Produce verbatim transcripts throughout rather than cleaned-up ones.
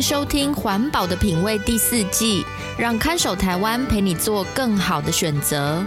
收听《环保的品味》第四季，让看守台湾陪你做更好的选择。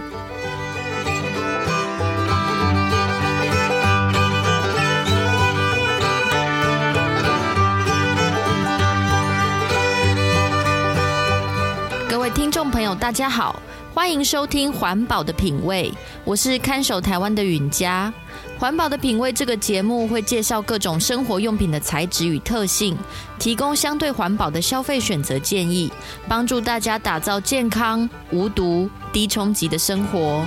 各位听众朋友，大家好，欢迎收听《环保的品味》，我是看守台湾的允嘉。环保的品味这个节目会介绍各种生活用品的材质与特性，提供相对环保的消费选择建议，帮助大家打造健康、无毒、低冲击的生活。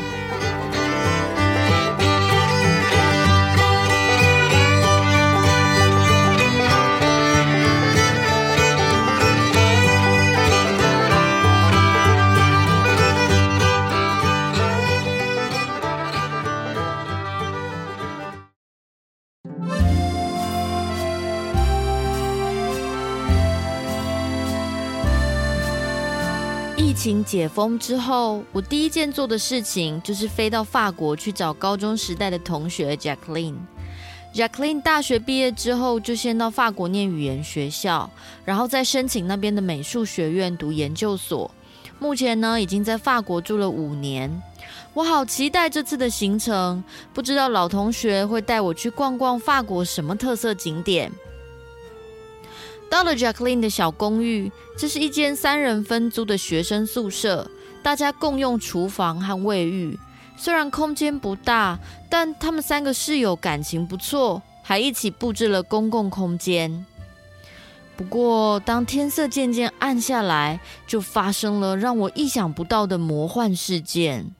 疫情解封之后，我第一件做的事情就是飞到法国去找高中时代的同学 Jacqueline。Jacqueline 大学毕业之后就先到法国念语言学校，然后再申请那边的美术学院读研究所。目前呢，已经在法国住了五年。我好期待这次的行程，不知道老同学会带我去逛逛法国什么特色景点。到了 Jacqueline 的小公寓，这是一间三人分租的学生宿舍，大家共用厨房和卫浴。虽然空间不大，但他们三个室友感情不错，还一起布置了公共空间。不过，当天色渐渐暗下来，就发生了让我意想不到的魔幻事件。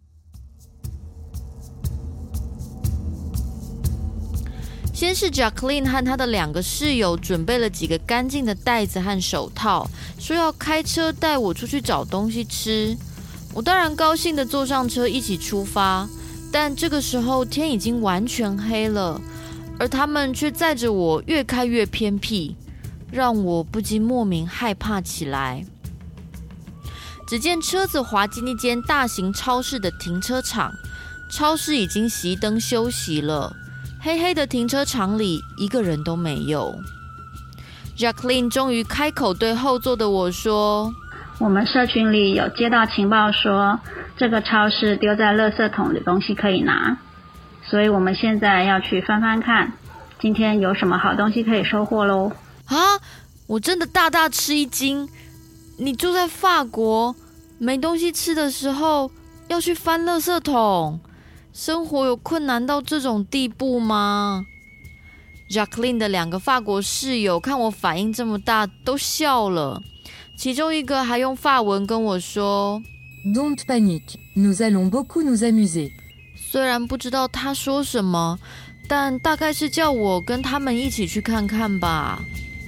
先是 Jacqueline 和她的两个室友准备了几个干净的袋子和手套，说要开车带我出去找东西吃。我当然高兴地坐上车一起出发，但这个时候天已经完全黑了，而他们却载着我越开越偏僻，让我不禁莫名害怕起来。只见车子滑进一间大型超市的停车场，超市已经熄灯休息了。黑黑的停车场里一个人都没有。Jacqueline 终于开口对后座的我说， 我们社群里有接到情报说这个超市丢在垃圾桶的东西可以拿，所以我们现在要去翻翻看今天有什么好东西可以收获咯。 啊，我真的大大吃一惊，你住在法国，没东西吃的时候要去翻垃圾桶，生活有困难到这种地步吗？ Jacqueline 的两个法国室友看我反应这么大都笑了，其中一个还用法文跟我说 Don't panique, nous allons beaucoup nous amuser。 虽然不知道他说什么，但大概是叫我跟他们一起去看看吧。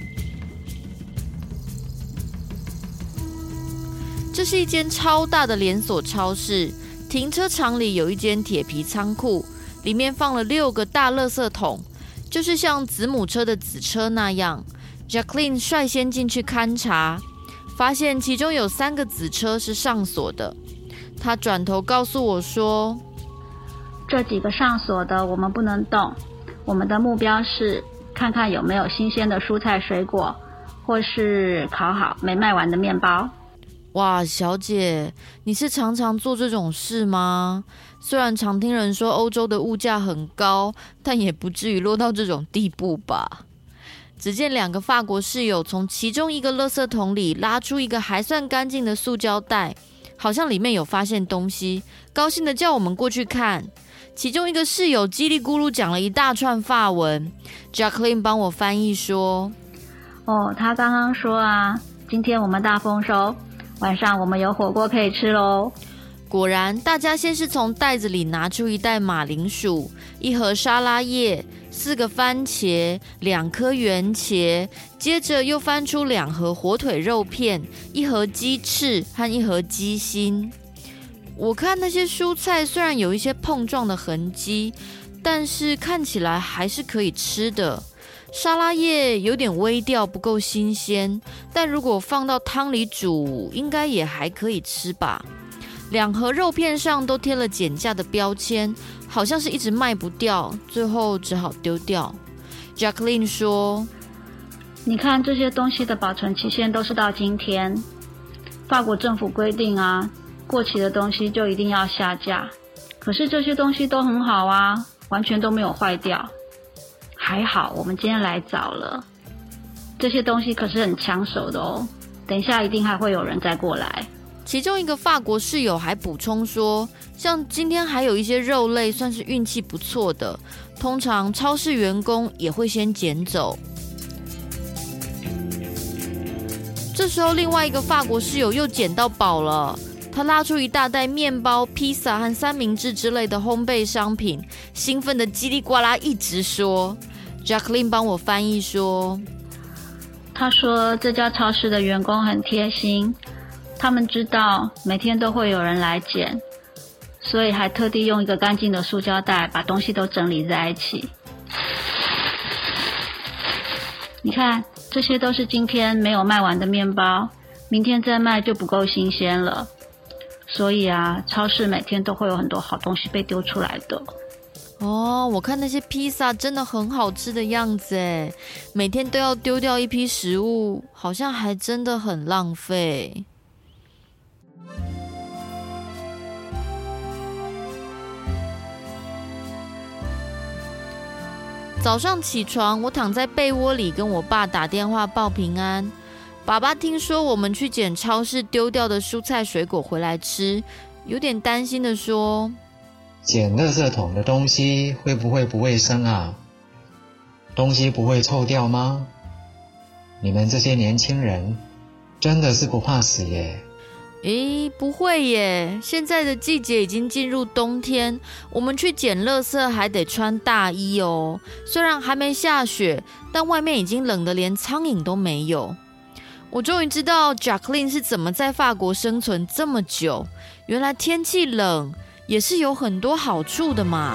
这是一间超大的连锁超市，停车场里有一间铁皮仓库，里面放了六个大垃圾桶，就是像子母车的子车那样。Jacqueline 率先进去勘察，发现其中有三个子车是上锁的。她转头告诉我说， 这几个上锁的我们不能动，我们的目标是看看有没有新鲜的蔬菜水果，或是烤好没卖完的面包。 哇，小姐，你是常常做这种事吗？虽然常听人说欧洲的物价很高，但也不至于落到这种地步吧。只见两个法国室友从其中一个垃圾桶里拉出一个还算干净的塑胶袋，好像里面有发现东西，高兴的叫我们过去看。其中一个室友叽里咕噜讲了一大串法文， Jacqueline 帮我翻译说， 哦，他刚刚说啊，今天我们大丰收，晚上我们有火锅可以吃咯。 果然，大家先是从袋子里拿出一袋马铃薯、一盒沙拉叶、四个番茄、两颗圆茄，接着又翻出两盒火腿肉片、一盒鸡翅和一盒鸡心。我看那些蔬菜虽然有一些碰撞的痕迹，但是看起来还是可以吃的。沙拉叶有点微掉，不够新鲜，但如果放到汤里煮，应该也还可以吃吧。两盒肉片上都贴了减价的标签，好像是一直卖不掉，最后只好丢掉。Jacqueline 说， 你看这些东西的保存期限都是到今天，法国政府规定啊，过期的东西就一定要下架。可是这些东西都很好啊，完全都没有坏掉。还好我们今天来早了，这些东西可是很抢手的哦，等一下一定还会有人再过来。 其中一个法国室友还补充说，像今天还有一些肉类算是运气不错的，通常超市员工也会先捡走。这时候另外一个法国室友又捡到宝了，他拉出一大袋面包、披萨和三明治之类的烘焙商品，兴奋的叽里呱啦一直说。Jacqueline 帮我翻译说， 他说这家超市的员工很贴心，他们知道每天都会有人来捡，所以还特地用一个干净的塑胶袋把东西都整理在一起。你看，这些都是今天没有卖完的面包，明天再卖就不够新鲜了。所以啊，超市每天都会有很多好东西被丢出来的。 哦，我看那些披萨真的很好吃的样子耶，每天都要丢掉一批食物，好像还真的很浪费。早上起床，我躺在被窝里跟我爸打电话报平安。爸爸听说我们去捡超市丢掉的蔬菜水果回来吃，有点担心的说， 捡垃圾桶的东西会不会不卫生啊？东西不会臭掉吗？你们这些年轻人真的是不怕死耶。 诶，不会耶，现在的季节已经进入冬天，我们去捡垃圾还得穿大衣哦。虽然还没下雪，但外面已经冷得连苍蝇都没有。我终于知道 Jacqueline 是怎么在法国生存这么久，原来天气冷也是有很多好处的嘛。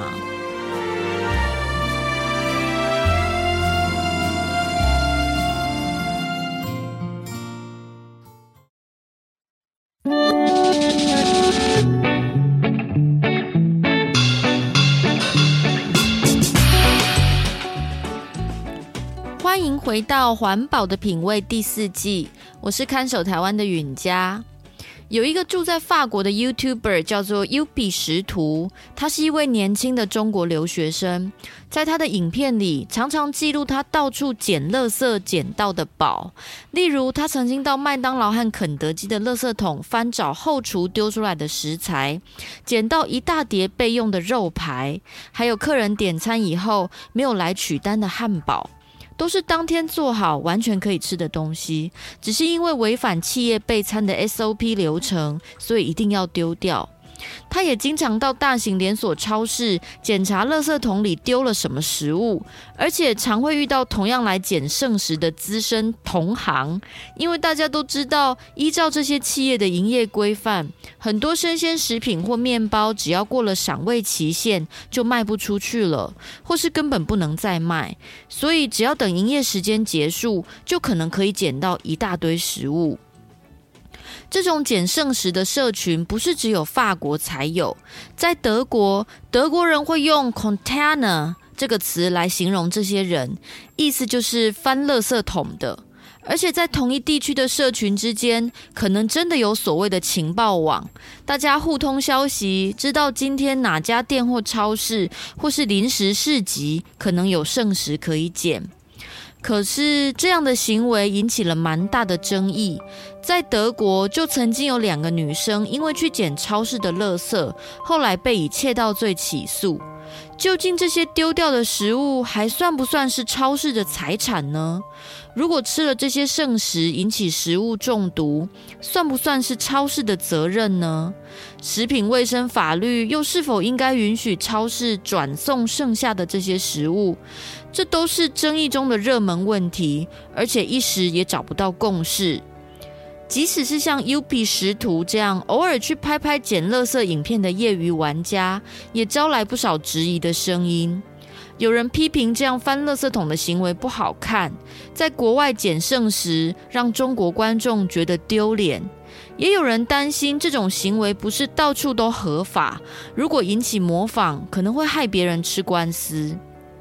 欢迎回到环保的品味第四季，我是看守台湾的允嘉。有一个住在法国的 YouTuber 叫做 U B 识图，他是一位年轻的中国留学生，在他的影片里常常记录他到处捡垃圾捡到的宝，例如他曾经到麦当劳和肯德基的垃圾桶翻找后厨丢出来的食材，捡到一大叠备用的肉排，还有客人点餐以后没有来取单的汉堡，都是当天做好完全可以吃的东西，只是因为违反企业备餐的 S O P 流程，所以一定要丢掉。他也经常到大型连锁超市检查垃圾桶里丢了什么食物，而且常会遇到同样来捡剩食的资深同行，因为大家都知道，依照这些企业的营业规范，很多生鲜食品或面包只要过了赏味期限就卖不出去了，或是根本不能再卖，所以只要等营业时间结束，就可能可以捡到一大堆食物。这种捡剩食的社群不是只有法国才有，在德国，德国人会用 Container 这个词来形容这些人，意思就是翻垃圾桶的。而且在同一地区的社群之间，可能真的有所谓的情报网，大家互通消息，知道今天哪家店或超市或是临时市集可能有剩食可以捡。可是这样的行为引起了蛮大的争议，在德国就曾经有两个女生因为去捡超市的垃圾，后来被以窃盗罪起诉。究竟这些丢掉的食物还算不算是超市的财产呢？如果吃了这些剩食引起食物中毒，算不算是超市的责任呢？食品卫生法律又是否应该允许超市转送剩下的这些食物？这都是争议中的热门问题，而且一时也找不到共识。即使是像 U B 识图这样偶尔去拍拍捡垃圾影片的业余玩家，也招来不少质疑的声音。有人批评这样翻垃圾桶的行为不好看，在国外捡剩食让中国观众觉得丢脸。也有人担心这种行为不是到处都合法，如果引起模仿，可能会害别人吃官司。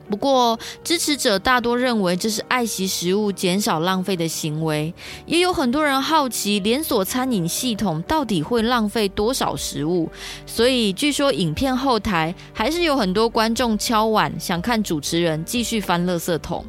不过支持者大多认为这是爱惜食物、减少浪费的行为，也有很多人好奇连锁餐饮系统到底会浪费多少食物，所以据说影片后台还是有很多观众敲碗想看主持人继续翻垃圾桶。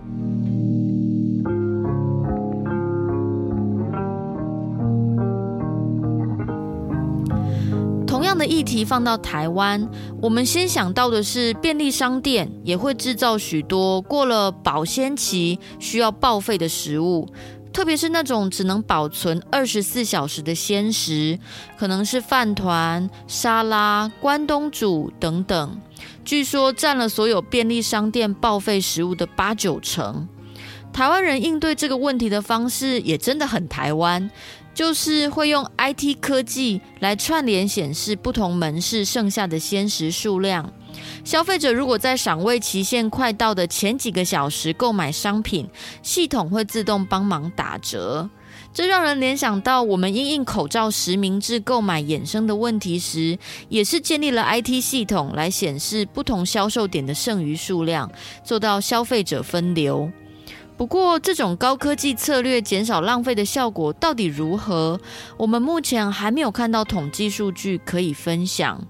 同样的议题放到台湾，我们先想到的是便利商店也会制造许多过了保鲜期需要报废的食物，特别是那种只能保存二十四小时的鲜食，可能是饭团、沙拉、关东煮等等，据说占了所有便利商店报废食物的八九成。台湾人应对这个问题的方式也真的很台湾，就是会用 I T 科技来串联显示不同门市剩下的鲜食数量。消费者如果在赏味期限快到的前几个小时购买商品，系统会自动帮忙打折。这让人联想到我们因应口罩实名制购买衍生的问题时，也是建立了 I T 系统来显示不同销售点的剩余数量，做到消费者分流。不过这种高科技策略减少浪费的效果到底如何，我们目前还没有看到统计数据可以分享。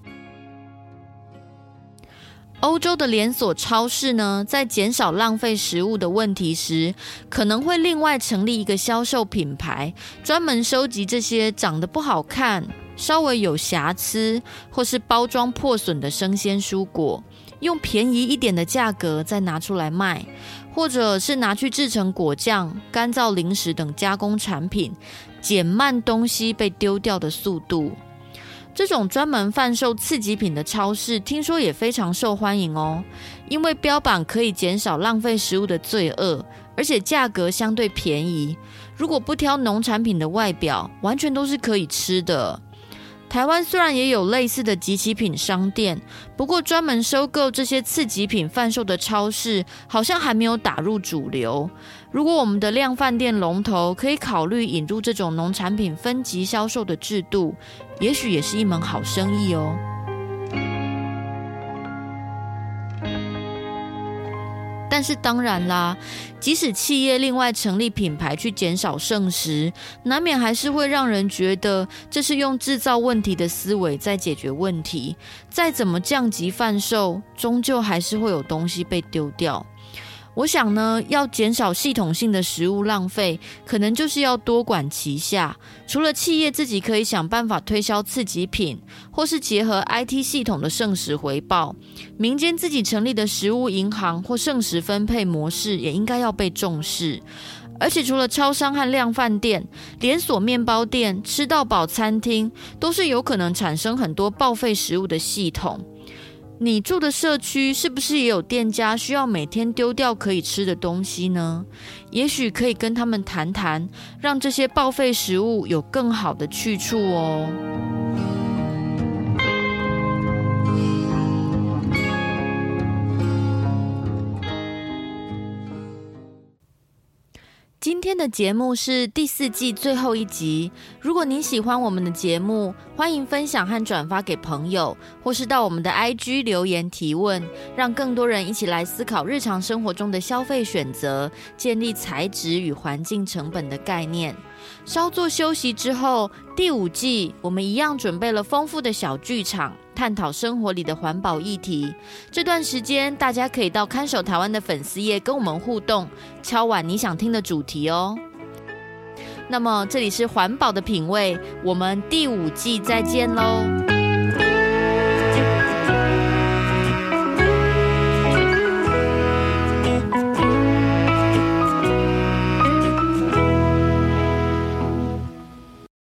欧洲的连锁超市呢，在减少浪费食物的问题时，可能会另外成立一个销售品牌，专门收集这些长得不好看、稍微有瑕疵或是包装破损的生鲜蔬果，用便宜一点的价格再拿出来卖，或者是拿去制成果酱、干燥零食等加工产品，减慢东西被丢掉的速度。这种专门贩售次级品的超市听说也非常受欢迎哦，因为标榜可以减少浪费食物的罪恶，而且价格相对便宜，如果不挑农产品的外表，完全都是可以吃的。台湾虽然也有类似的即期品商店，不过专门收购这些次级品贩售的超市好像还没有打入主流。如果我们的量贩店龙头可以考虑引入这种农产品分级销售的制度，也许也是一门好生意哦。但是当然啦，即使企业另外成立品牌去减少剩食，难免还是会让人觉得这是用制造问题的思维在解决问题，再怎么降级贩售，终究还是会有东西被丢掉。我想呢，要减少系统性的食物浪费，可能就是要多管齐下。除了企业自己可以想办法推销次级品，或是结合 I T 系统的剩食回报，民间自己成立的食物银行或剩食分配模式也应该要被重视。而且除了超商和量贩店，连锁面包店、吃到饱餐厅都是有可能产生很多报废食物的系统。你住的社区是不是也有店家需要每天丢掉可以吃的东西呢？也许可以跟他们谈谈，让这些报废食物有更好的去处哦。今天的节目是第四季最后一集，如果您喜欢我们的节目，欢迎分享和转发给朋友，或是到我们的 I G 留言提问，让更多人一起来思考日常生活中的消费选择，建立材质与环境成本的概念。稍作休息之后，第五季我们一样准备了丰富的小剧场，探讨生活里的环保议题。这段时间大家可以到看守台湾的粉丝页跟我们互动，敲碗你想听的主题哦。那么这里是环保的品味，我们第五季再见咯。